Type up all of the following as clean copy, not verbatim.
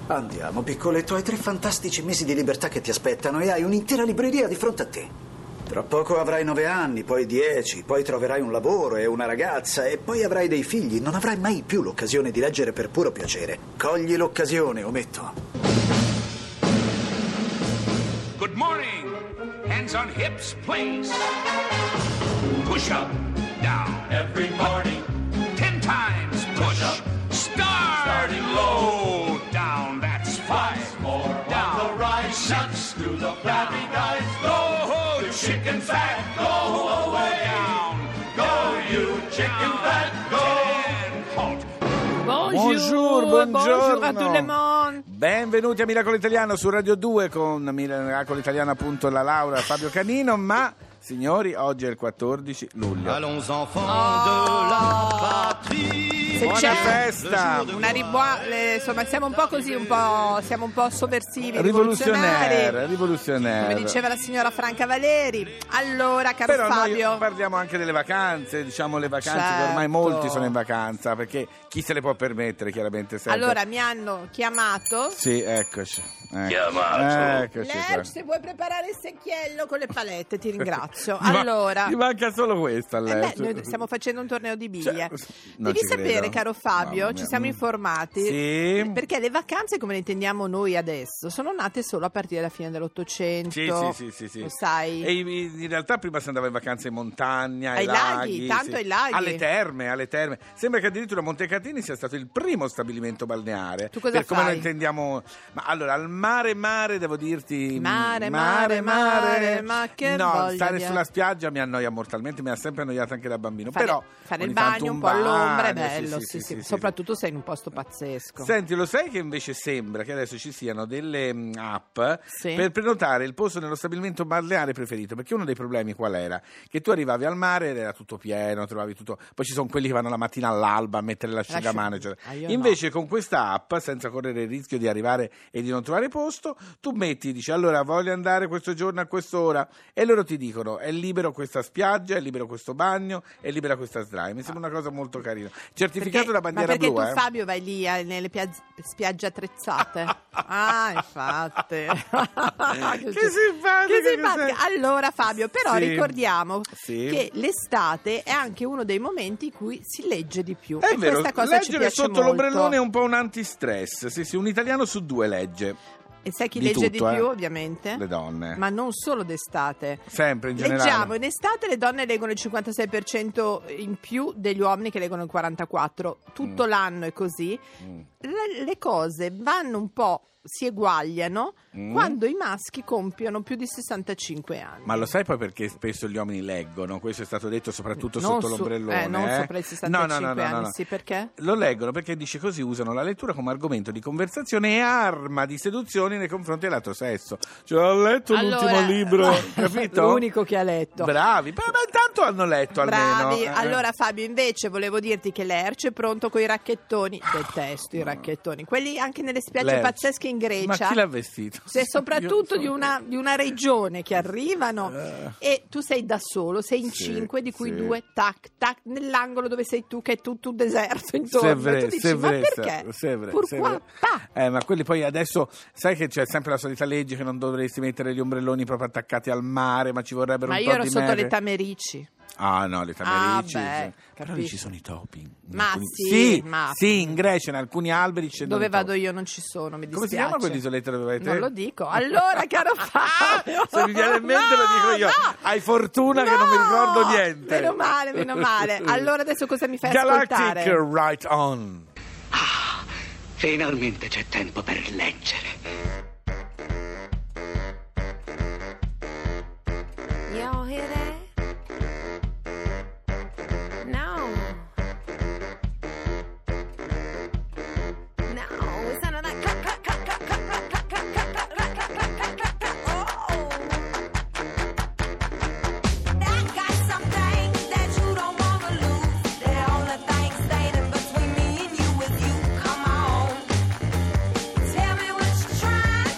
Andiamo, piccoletto, hai 3 fantastici mesi di libertà che ti aspettano e hai un'intera libreria di fronte a te. Tra poco avrai 9 anni, poi 10, poi troverai un lavoro e una ragazza e poi avrai dei figli. Non avrai mai più l'occasione di leggere per puro piacere. Cogli l'occasione, ometto. Good morning. Hands on hips, please. Push up, down. Every morning. 10 times push. Starting low. Down, that's 5 more. Down. On the rise, 6 to the flabby guys. Go, chicken fat, go away. Down. Go, you chicken fat, go. Halt. Bonjour a tout le monde. Benvenuti a Miracolo Italiano su Radio 2 con Miracolo Italiano, appunto, la Laura, Fabio Canino, ma signori, oggi è il 14 luglio. Allons enfants de la patrie. Se Buona c'è festa! una insomma, siamo un po' così, siamo un po' sovversivi, Rivoluzionari. come diceva la signora Franca Valeri. Allora, caro Però Fabio, noi parliamo anche delle vacanze, diciamo le vacanze che Certo. ormai molti sono in vacanza, perché chi se le può permettere, chiaramente sempre. allora mi hanno chiamato. Sì, eccoci. Chiamato. Eccoci qua. Lerch, se vuoi preparare il secchiello con le palette, ti ringrazio. Gli Allora, manca solo questo, Lerch. noi stiamo facendo un torneo di biglie. Non Devi ci sapere, credo. caro Fabio, Mamma ci mia. siamo informati. Sì. Perché le vacanze, come le intendiamo noi adesso, sono nate solo a partire dalla fine dell'Ottocento. Sì. Lo sai? E in realtà prima si andava in vacanze in montagna, Ai laghi, tanto sì. ai laghi. Alle terme. Sembra che addirittura Montecatini sia stato il primo stabilimento balneare. Tu cosa per come fai? lo intendiamo. Ma allora, al mare devo dirti. Mare, ma che no, voglia stare di- sulla spiaggia mi annoia mortalmente, mi ha sempre annoiato anche da bambino. Fare Però il ogni tanto bagno un po' all'ombra è bagno, bello, sì. Soprattutto sei in un posto pazzesco. Senti, lo sai che invece sembra che adesso ci siano delle app Sì. per prenotare il posto nello stabilimento balneare preferito? Perché uno dei problemi qual era? Che tu arrivavi al mare ed era tutto pieno, trovavi tutto. Poi ci sono quelli che vanno la mattina all'alba a mettere l'asciugamano, eccetera. io Invece con questa app, senza correre il rischio di arrivare e di non trovare posto, tu dici allora voglio andare questo giorno a quest'ora e loro ti dicono è libero questa spiaggia, è libero questo bagno, è libera questa sdraio. Mi sembra una cosa molto carina. Certificato da bandiera ma perché blu, tu, Fabio, vai lì nelle spiagge attrezzate? Infatti. Che simpatica Che che simpatica. sei. Allora, Fabio, però Sì. ricordiamo Sì. che l'estate è anche uno dei momenti in cui si legge di più. È e vero, questa cosa ci leggere piace sotto molto. l'ombrellone è un po' un antistress. Sì, un italiano su 2 legge. E sai chi Di legge tutto, di più, ovviamente? Le donne. Ma non solo d'estate. Sempre, in generale. Leggiamo, in estate le donne leggono il 56% in più degli uomini che leggono il 44%. Tutto l'anno è così. Le cose vanno un po', si eguagliano quando i maschi compiono più di 65 anni. Ma lo sai poi perché spesso gli uomini leggono? Questo è stato detto soprattutto Non sotto l'ombrellone. non sopra i 65 No. anni, sì, perché? Lo leggono perché dice così usano la lettura come argomento di conversazione e arma di seduzione nei confronti dell'altro sesso. Cioè, ho letto l'ultimo libro, capito? L'unico che ha letto. Bravi, ma intanto hanno letto almeno. Bravi. Allora, Fabio, invece volevo dirti che Lerch è pronto con i racchettoni. Detesto i racchettoni, quelli anche nelle spiagge Lerch. pazzesche in Grecia. Ma chi l'ha vestito? Se soprattutto di una regione che arrivano e tu sei da solo, sei in Sì, 5, di cui sì. 2 tac nell'angolo dove sei tu, che è tutto deserto intorno. E tu dici, ma perché? Pourquoi pas? Ma quelli poi adesso sai che c'è sempre la solita legge che non dovresti mettere gli ombrelloni proprio attaccati al mare, ma ci vorrebbero Ma un io po' ero di sotto neve. le Tamerici. Ah no, le Tamerici. beh, Però capisci. lì ci sono i topi. In Ma alcuni- sì, ma- sì, in Grecia in alcuni alberi scendono Dove i topi. vado io non ci sono, mi dispiace. Come si chiama quell'isoletta dove vai te? Non lo dico. Allora, caro Fabio. Se mi viene in mente lo dico io. No. Hai fortuna che non mi ricordo niente. Meno male. Allora adesso cosa mi fai Galactic ascoltare? Right On. Finalmente c'è tempo per leggere. Y'all hear that? No. No, it sounded like clap, clap, clap, clap, clap, clap, clap, clap, clap, clap, clap, clap, clap, clap. Oh. I got something that you don't wanna lose. The only thing standing between me and you is you. Come on. Tell me what you're trying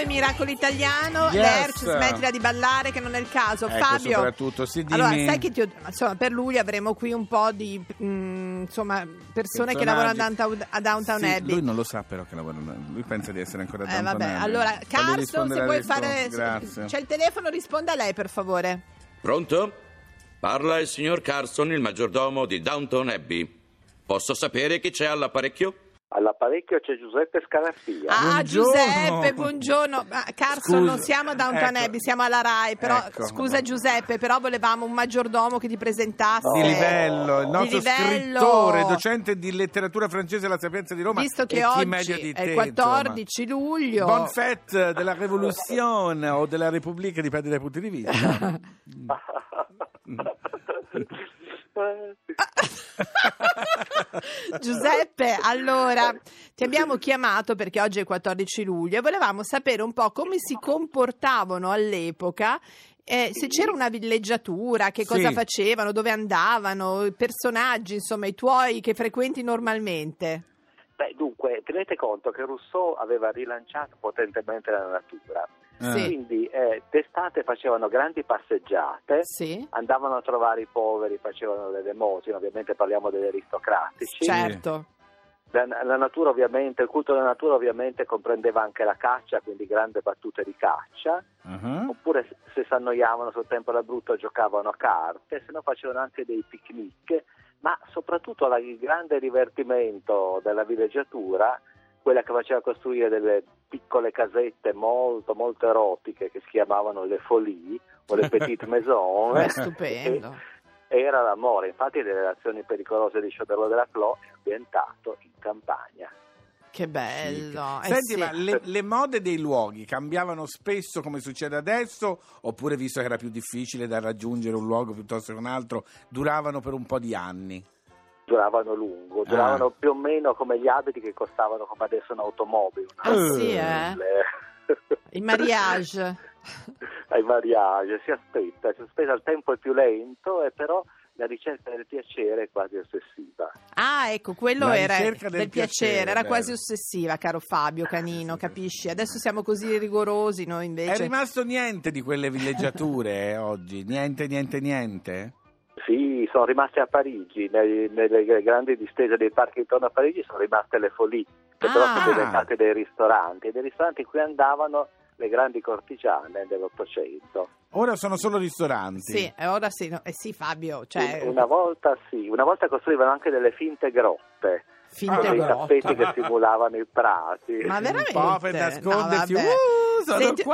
2 Miracolo Italiano. Yes. Lerch, smettila di ballare che non è il caso. Ecco, Fabio, soprattutto, sì, dimmi. allora sai che insomma, per lui avremo qui un po' di insomma, persone che lavorano a Downtown Sì, Abbey. lui non lo sa però che lavorano, lui pensa di essere ancora a Downtown Vabbè, Abbey. allora Fagli Carson, rispondere se puoi alle risposte. fare Grazie. c'è il telefono, risponda a lei per favore. Pronto? Parla il signor Carson, il maggiordomo di Downton Abbey. Posso sapere chi c'è all'apparecchio? All'apparecchio c'è Giuseppe Scaraffia. Ah, Buongiorno. Giuseppe, buongiorno. Carson, Scusa, non siamo a Downtown ecco. Abbey, siamo alla Rai. Però Ecco. scusa Giuseppe, però volevamo un maggiordomo che ti presentasse. Di livello, il nostro Di livello. scrittore, docente di letteratura francese alla Sapienza di Roma. Visto che e chi oggi meglio di è te, il 14 luglio. Bon fête della Révolution o della Repubblica, dipende dai punti di vista. Giuseppe, allora ti abbiamo chiamato perché oggi è il 14 luglio e volevamo sapere un po' come si comportavano all'epoca, se c'era una villeggiatura, che cosa Sì. facevano, dove andavano, i personaggi, insomma, i tuoi che frequenti normalmente. Beh, dunque, tenete conto che Rousseau aveva rilanciato potentemente la natura. Sì. Quindi d'estate facevano grandi passeggiate, Sì, andavano a trovare i poveri, facevano le elemosine, ovviamente parliamo degli aristocratici. certo. La natura ovviamente, il culto della natura ovviamente comprendeva anche la caccia, quindi grandi battute di caccia, Uh-huh. oppure se si annoiavano sul tempo era brutto giocavano a carte, se no facevano anche dei picnic, ma soprattutto il grande divertimento della villeggiatura, quella che faceva costruire delle piccole casette molto molto erotiche che si chiamavano le folie o le petite maison. È stupendo. Era l'amore, infatti le relazioni pericolose di Choderlos de la Clos è ambientato in campagna. Che bello. Senti, sì. ma le mode dei luoghi cambiavano spesso come succede adesso, oppure visto che era più difficile da raggiungere un luogo piuttosto che un altro, duravano per un po' di anni? Duravano lungo, duravano più o meno come gli abiti che costavano come adesso un'automobile. Sì, il mariage. Ai mariage si aspetta, il tempo è più lento e però la ricerca del piacere è quasi ossessiva. Ah, ecco, quello La era ricerca del piacere, era bello. quasi ossessiva, caro Fabio Canino, capisci? Adesso siamo così rigorosi noi È invece. rimasto niente di quelle villeggiature oggi? Niente? Sì, sono rimaste a Parigi, nelle grandi distese dei parchi intorno a Parigi sono rimaste le folie, che però sono diventate dei ristoranti in cui andavano le grandi cortigiane dell'Ottocento. Ora sono solo ristoranti. Sì, ora sì, sì Fabio, cioè Una volta costruivano anche delle finte grotte, finte dei grotte. tappeti che simulavano i prati. Ma veramente? Un po' per nascondersi. No, vabbè. Sono Senti-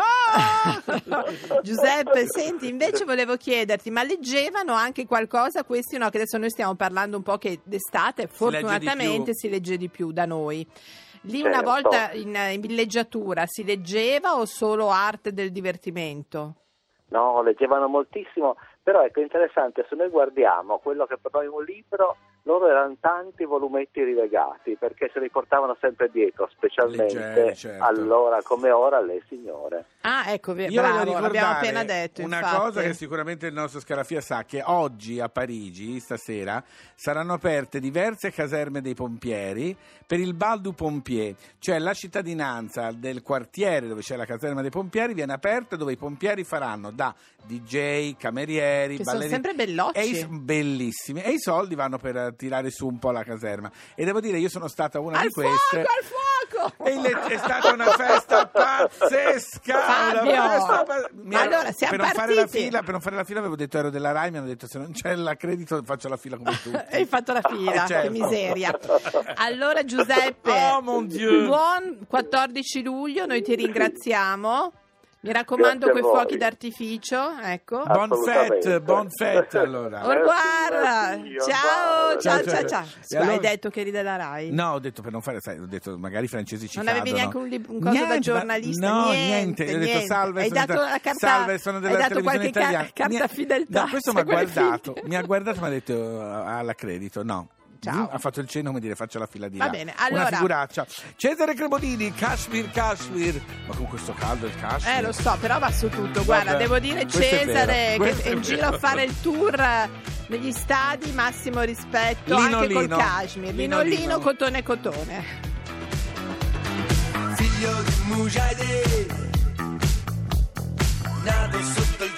qua! Giuseppe, senti, invece volevo chiederti, ma leggevano anche qualcosa questi, no, che adesso noi stiamo parlando un po' che d'estate fortunatamente si legge di più da noi. Lì una Certo. volta in villeggiatura si leggeva o solo arte del divertimento? No, leggevano moltissimo, però ecco, interessante, se noi guardiamo quello che per noi è un libro, loro erano tanti volumetti rilegati, perché se li portavano sempre dietro, specialmente Leggeri, certo. allora come ora le signore. Ah, ecco, Io bravo, voglio l'abbiamo ricordare appena detto, una infatti. cosa che sicuramente il nostro Scaraffia sa, che oggi a Parigi, stasera, saranno aperte diverse caserme dei pompieri per il Bal du Pompier, cioè la cittadinanza del quartiere dove c'è la caserma dei pompieri viene aperta, dove i pompieri faranno da DJ, camerieri, Che sono ballerini, sempre bellocci. bellissimi, e i soldi vanno per tirare su un po' la caserma. E devo dire, io sono stata una di queste. Al fuoco! E è stata una festa pazzesca. Fabio, una festa allora siamo per non fare la partiti. fila, per non fare la fila avevo detto ero della Rai, mi hanno detto se non c'è l'accredito faccio la fila come tutti. Hai fatto la fila, Certo. che miseria. Allora Giuseppe, Oh, mon Dieu. buon 14 luglio, noi ti ringraziamo. Mi raccomando, Grazie a quei voi. fuochi d'artificio, ecco. Assolutamente. Bon fête allora. Au revoir. Merci, Ciao, au ciao, revoir. ciao. E Scusa, allora- hai detto che eri della Rai? No, ho detto per non fare, sai, ho detto magari i francesi ci Non cadono. avevi neanche un coso da Niente, giornalista? no, niente. Ho detto salve, Hai sono dato la carta, salve, sono della hai dato televisione qualche italiana. carta Niente. fedeltà. No, questo mi sai ha quelle guardato, figlie. mi ha guardato e mi ha detto all'accredito, no. Ciao. Ha fatto il cenno come dire faccio la fila di Va là. bene, Una allora- figuraccia. Cesare Cremodini, Kashmir. Ma con questo caldo il Kashmir. Lo so, però va su tutto. Guarda, Vabbè, devo dire questo è Cesare vero, che questo è è in giro a vero. fare il tour negli stadi, massimo rispetto, Lino, anche col Lino. cashmere. Lino, Lino, cotone. Figlio di Mujahideen,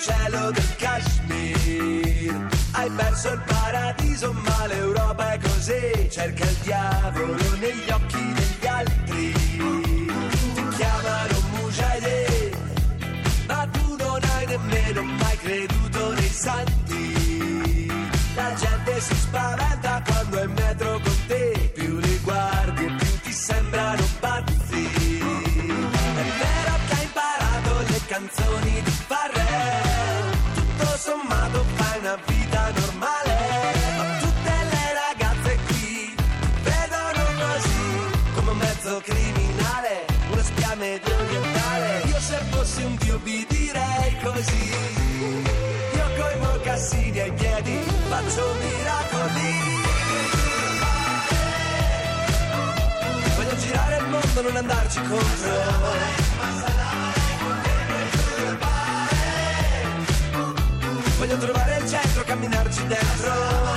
cielo del Kashmir. Hai perso il paradiso ma l'Europa è così, cerca il diavolo negli occhi degli altri. Ti chiamano Mujahideen, ma tu non hai nemmeno mai creduto nei santi. La gente si spaventa quando è in metro con te, più li guardi e più ti sembrano pazzi. È vero che hai imparato le canzoni di Pharrell, tutto sommato fai una vita normale, ma tutte le ragazze qui vedono così, come un mezzo criminale, una spia medio orientale. Io se fossi un dio vi direi così, io coi mocassini ai piedi faccio miracoli. Voglio girare il mondo, non andarci contro. Voglio trovare il centro, camminarci dentro.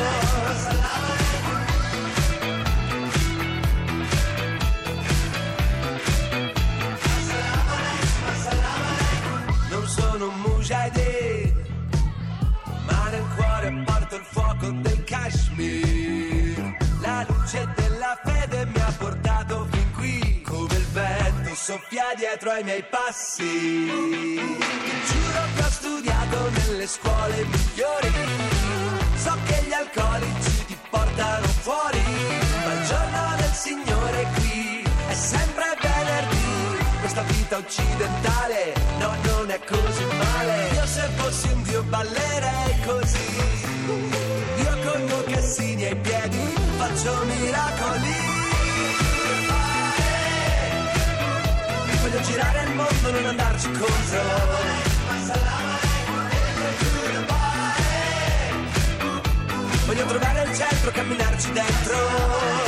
Non sono un mujahideen, ma nel cuore porto il fuoco del Kashmir. La luce della fede mi ha portato fin qui, come il vento soffia dietro ai miei passi. Giuro che ho studiato nelle scuole migliori, so che gli alcolici ti portano fuori, ma il giorno del Signore qui è sempre venerdì. Questa vita occidentale, no, non è così male. Io se fossi un dio ballerei così, io con mocassini ai piedi faccio miracoli. Voglio girare il mondo, non andarci contro. Voglio trovare il centro, camminarci dentro.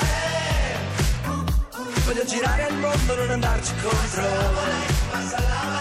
Voglio girare il mondo, non andarci contro.